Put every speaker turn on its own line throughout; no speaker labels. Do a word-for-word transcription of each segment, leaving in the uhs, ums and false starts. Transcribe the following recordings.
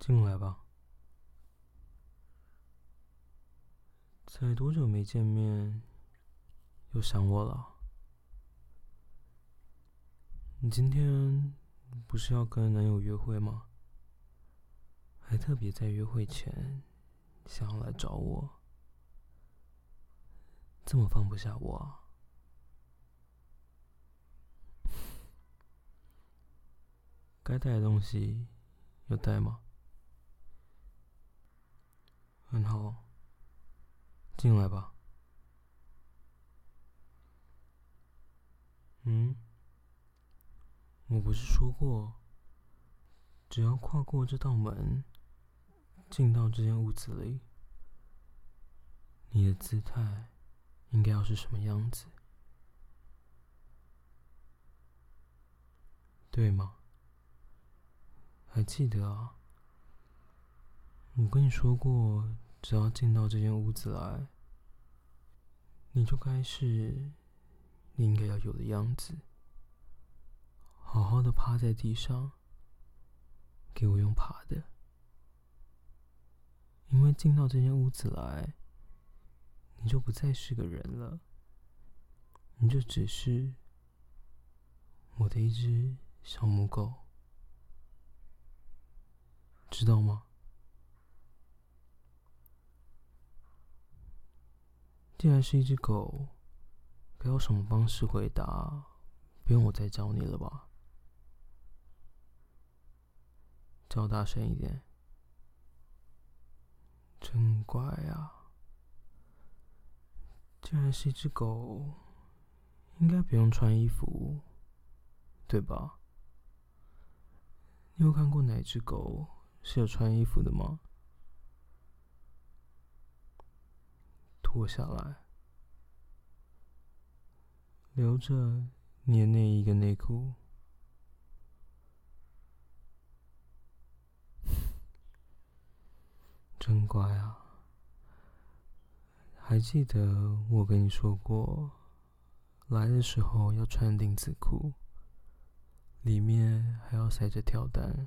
进来吧。才多久没见面，又想我了？你今天不是要跟男友约会吗？还特别在约会前想要来找我，这么放不下我啊？该带的东西有带吗？很好，进来吧。嗯，我不是说过，只要跨过这道门，进到这间屋子里，你的姿态应该要是什么样子，对吗？还记得啊？我跟你说过，只要进到这间屋子来，你就该是你应该要有的样子，好好的趴在地上，给我用爬的。因为进到这间屋子来，你就不再是个人了，你就只是我的一只小母狗，知道吗？既然是一只狗，该有什么方式回答，不用我再教你了吧？叫大声一点。真乖啊！既然是一只狗，应该不用穿衣服，对吧？你有看过哪只狗是有穿衣服的吗？脱下来，留着你的内衣跟内裤。真乖啊！还记得我跟你说过，来的时候要穿丁字裤，里面还要塞着跳蛋。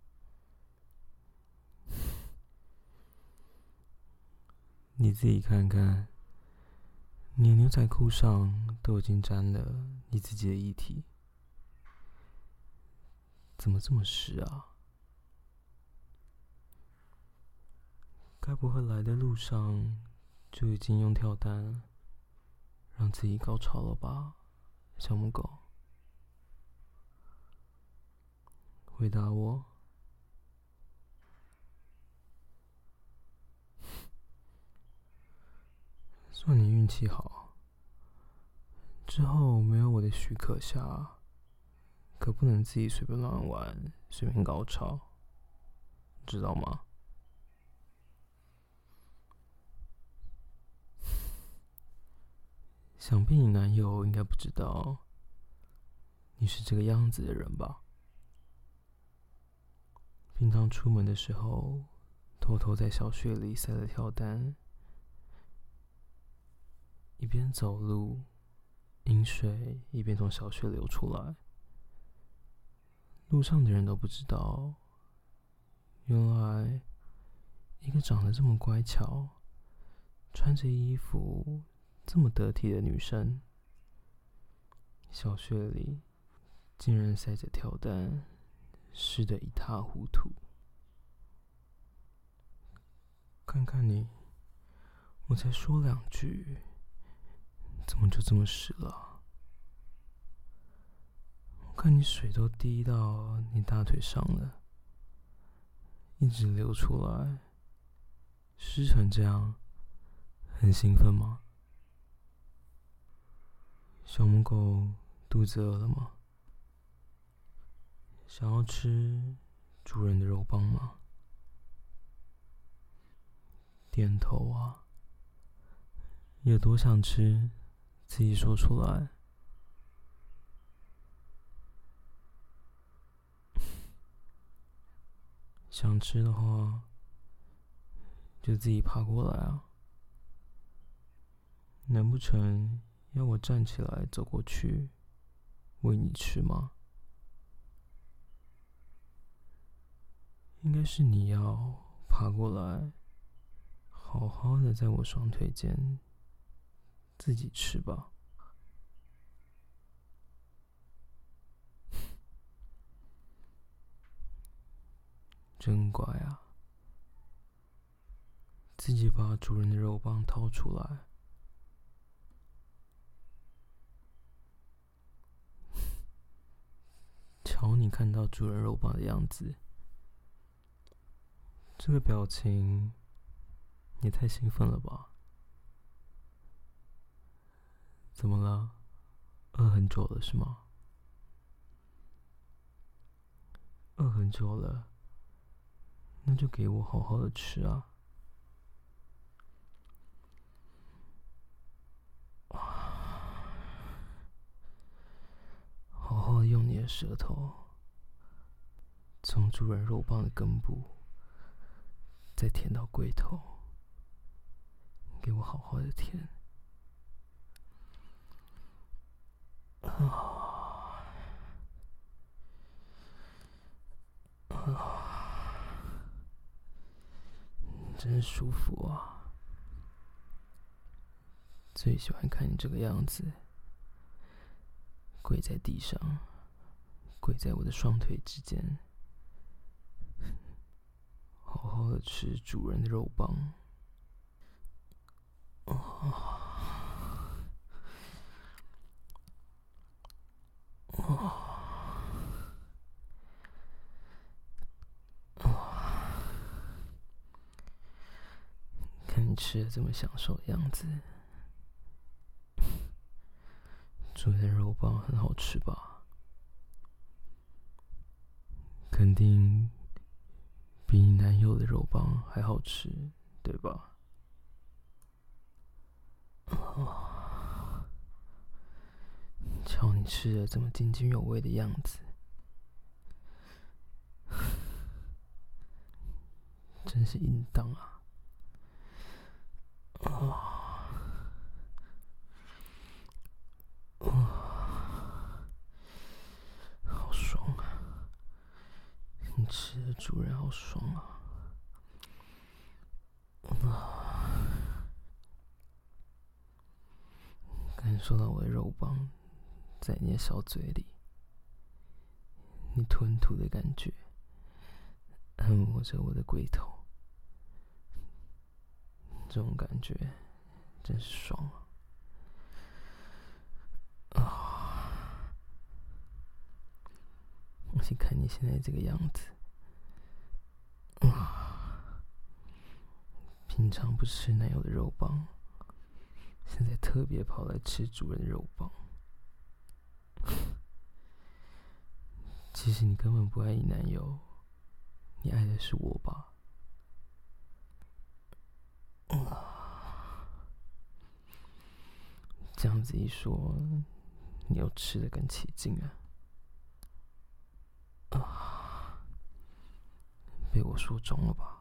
你自己看看，你的牛仔裤上都已经沾了你自己的液体，怎么这么湿啊？该不会来的路上就已经用跳蛋让自己高潮了吧，小母狗？回答我。算你运气好，之后没有我的许可下，可不能自己随便乱玩，随便高潮，知道吗？想必你男友应该不知道你是这个样子的人吧？平常出门的时候，偷偷在小穴里塞了跳蛋，一边走路，饮水一边从小穴流出来，路上的人都不知道，原来一个长得这么乖巧，穿着衣服这么得体的女生，小穴里竟然塞着跳蛋，湿得一塌糊涂。看看你，我才说两句，怎么就这么湿了？我看你水都滴到你大腿上了，一直流出来，湿成这样，很兴奋吗？小母狗肚子饿了吗？想要吃主人的肉棒吗？点头啊！有多想吃，自己说出来。想吃的话，就自己爬过来啊！难不成要我站起来走过去喂你吃吗？ 应该是你要爬过来，好好的在我双腿间自己吃吧。真乖啊，自己把主人的肉棒掏出来。瞧你看到主人肉棒的样子，这个表情也太兴奋了吧？怎么了？饿很久了是吗？饿很久了，那就给我好好的吃啊！好好的用你的舌头，从主人肉棒的根部，再舔到龟头，给我好好的舔。啊啊，真舒服啊！最喜欢看你这个样子，跪在地上，跪在我的双腿之间，好好的吃主人的肉棒。啊看你吃的这么享受的样子，主人的肉棒很好吃吧？肯定比你男友的肉棒还好吃，对吧？瞧你吃的这么津津有味的样子，真是应当啊！啊，好爽啊！你吃的主人好爽啊！啊，感受到我的肉棒在你的小嘴里，你吞吐的感觉，按摩着我的龟头，这种感觉真是爽啊！啊，而且看你现在这个样子，啊，平常不吃男友的肉棒，现在特别跑来吃主人的肉棒。其实你根本不爱你男友，你爱的是我吧？这样子一说，你又吃得更起劲啊！啊，被我说中了吧？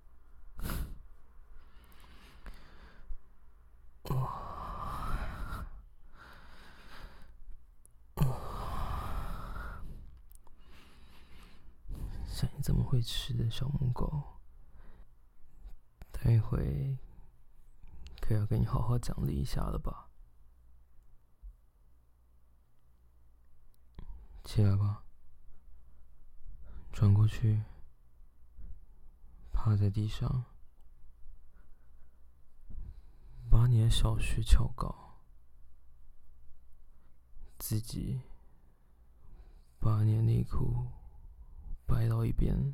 像你这么会吃的小母狗，待会可要跟你好好奖励一下了吧？起来吧，转过去，趴在地上，把你的小穴翘高，自己把你的内裤摆到一边。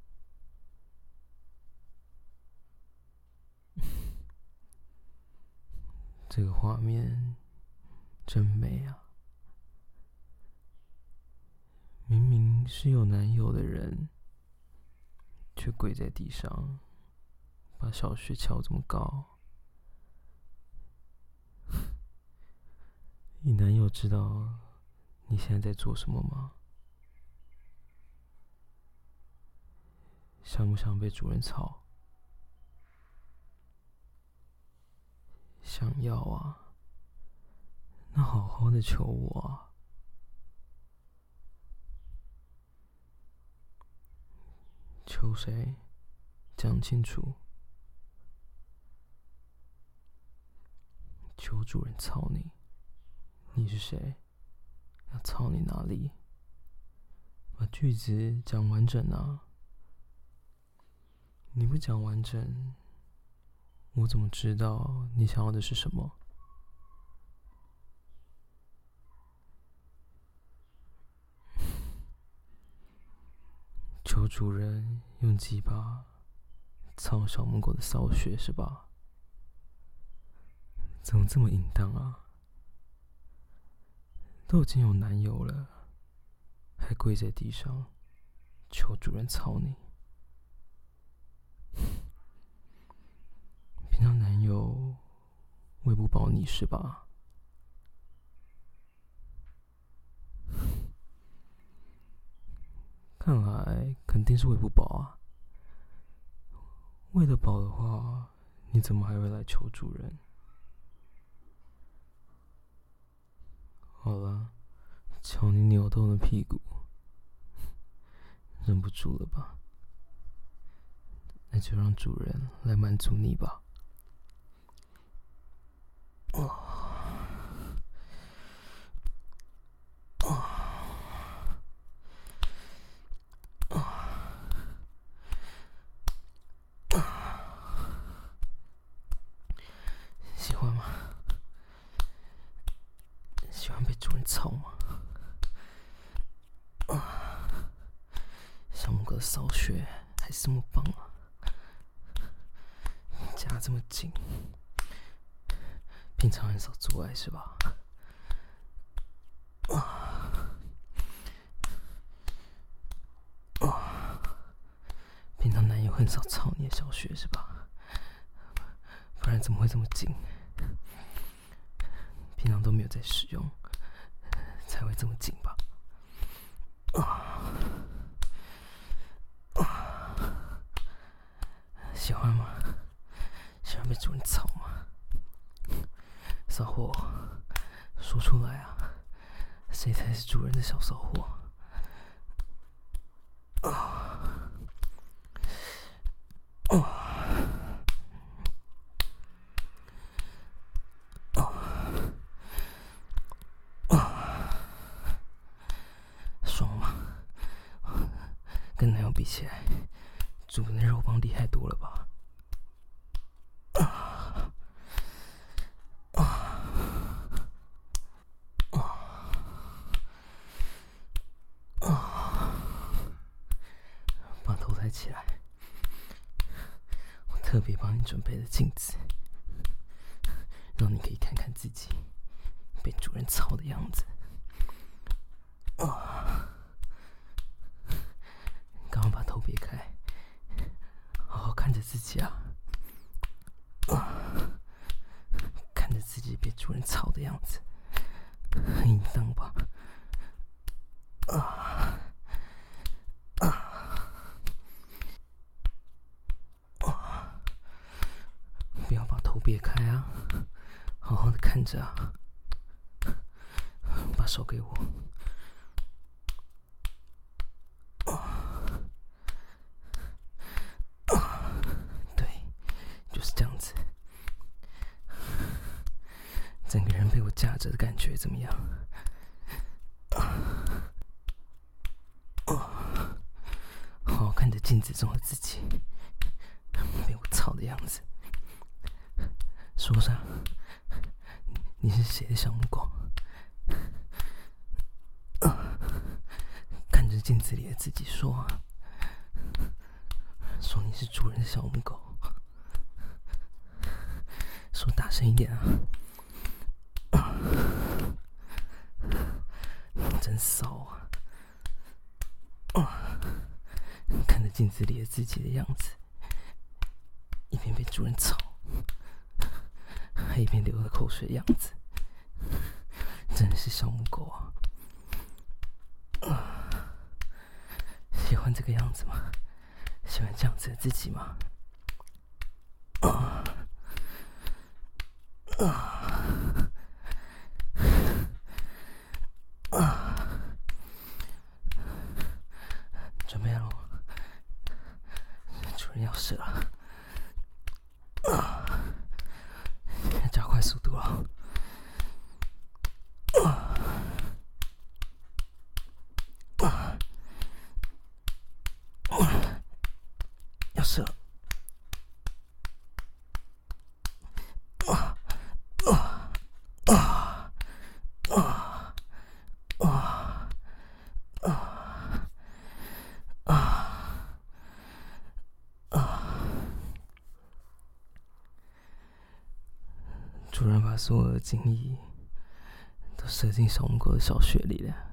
这个画面真美啊！明明是有男友的人，却跪在地上，把小穴翘这么高。你男友知道你现在在做什么吗？想不想被主人操？想要啊，那好好的求我啊！ 求谁？讲清楚。求主人操你？你是谁？要操你哪里？把句子讲完整啊！你不讲完整，我怎么知道你想要的是什么？求主人用鸡巴操小母狗的骚穴是吧？怎么这么淫荡啊？都已经有男友了，还跪在地上求主人操你？平常男友喂不饱你是吧？看来肯定是喂不饱啊！喂得饱的话，你怎么还会来求主人？好了，瞧你扭动的屁股，忍不住了吧？那就让主人来满足你吧。哦喜欢吗？喜欢被主人操吗？小母狗的骚穴还是这么棒啊！夹这么紧，平常很少做爱是吧？平常男友很少操你的小穴是吧？不然怎么会这么紧？平常都没有在使用，才会这么紧吧？喜欢吗？喜欢被主人操吗？骚货，说出来啊！谁才是主人的小骚货？爽吗？跟男友比起来，主人的肉棒厉害多了吧？把头抬起来，我特别帮你准备了镜子，让你可以看看自己被主人操的样子。刚刚把头别开，好好看着自己啊！看着自己被主人操的样子，很淫荡吧？不要把头别开啊，好好的看着啊！把手给我。对，就是这样子。整个人被我架着的感觉怎么样？好好看着镜子中的自己，被我操的样子。说上，你是谁的小母狗？看着镜子里的自己说啊，说你是主人的小母狗，说大声一点啊！真骚啊！看着镜子里的自己的样子，一边被主人操，还一边流了口水的样子，真的是小母狗啊！喜欢这个样子吗？喜欢这样子的自己吗？啊啊啊！准备了， 要射了，啊，要加快速度了，啊，啊，啊，要射了，啊，啊，啊，啊，啊，啊，啊，啊！主人把所有的精液都射进小母狗的小穴里了。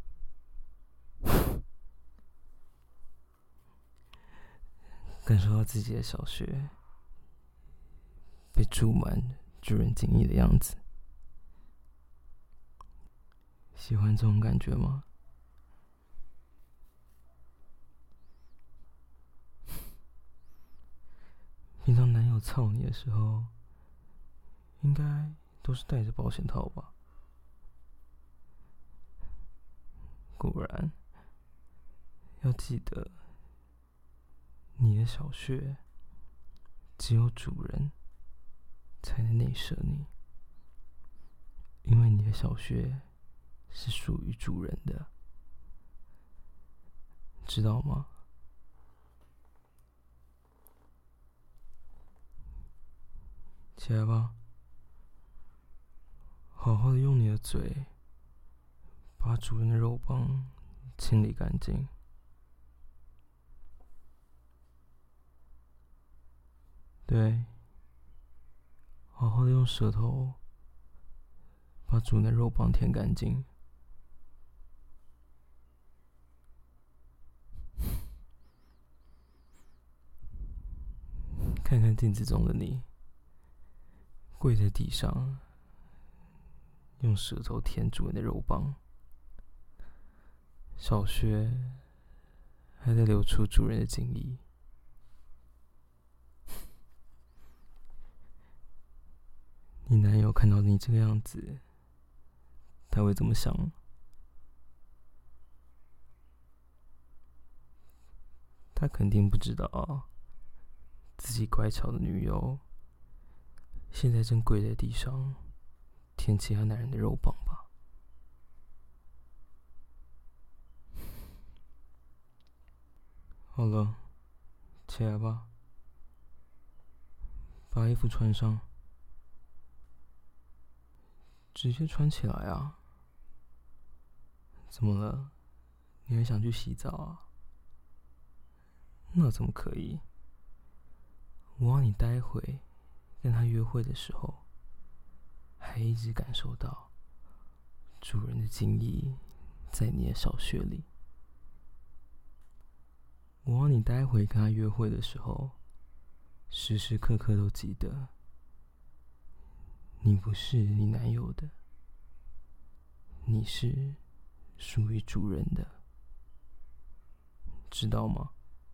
感受到自己的小穴被注满主人精液的样子，喜欢这种感觉吗？平常男友操你的时候，应该都是带着保险套吧？果然，要记得，你的小穴只有主人才能内射你，因为你的小穴是属于主人的，知道吗？起来吧，好好的用你的嘴把主人的肉棒清理干净。对，好好的用舌头把主人的肉棒舔干净。看看镜子中的你，跪在地上，用舌头舔主人的肉棒，小穴还在流出主人的精液。你男友看到你这个样子，他会怎么想？他肯定不知道自己乖巧的女友现在正跪在地上舔其他男人的肉棒吧。好了，起来吧，把衣服穿上。直接穿起来啊！怎么了？你还想去洗澡啊？那怎么可以？我让你待会跟他约会的时候，还一直感受到主人的精液在你的小穴里。我让你待会跟他约会的时候，时时刻刻都记得，你不是你男友的，你是属于主人的，知道吗？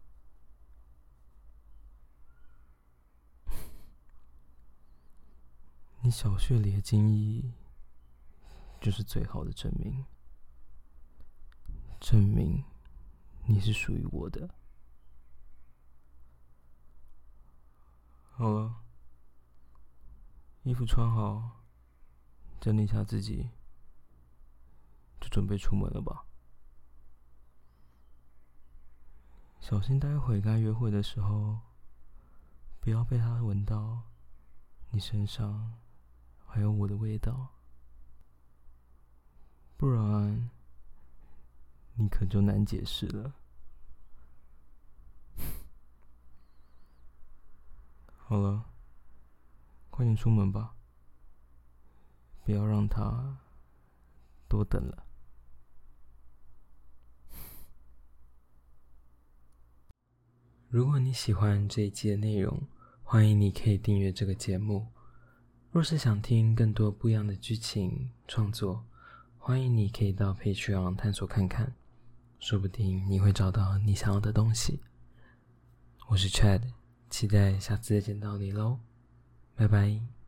你小穴里的精液就是最好的证明，证明你是属于我的。好了，衣服穿好，整理一下自己，就准备出门了吧。小心待会跟他约会的时候，不要被他闻到你身上还有我的味道，不然你可就难解释了。好了，快点出门吧，不要让他多等了。如果你喜欢这一期的内容，欢迎你可以订阅这个节目。若是想听更多不一样的剧情创作，欢迎你可以到 Patreon 探索看看，说不定你会找到你想要的东西。我是 Chad， 期待下次再见到你咯，拜拜。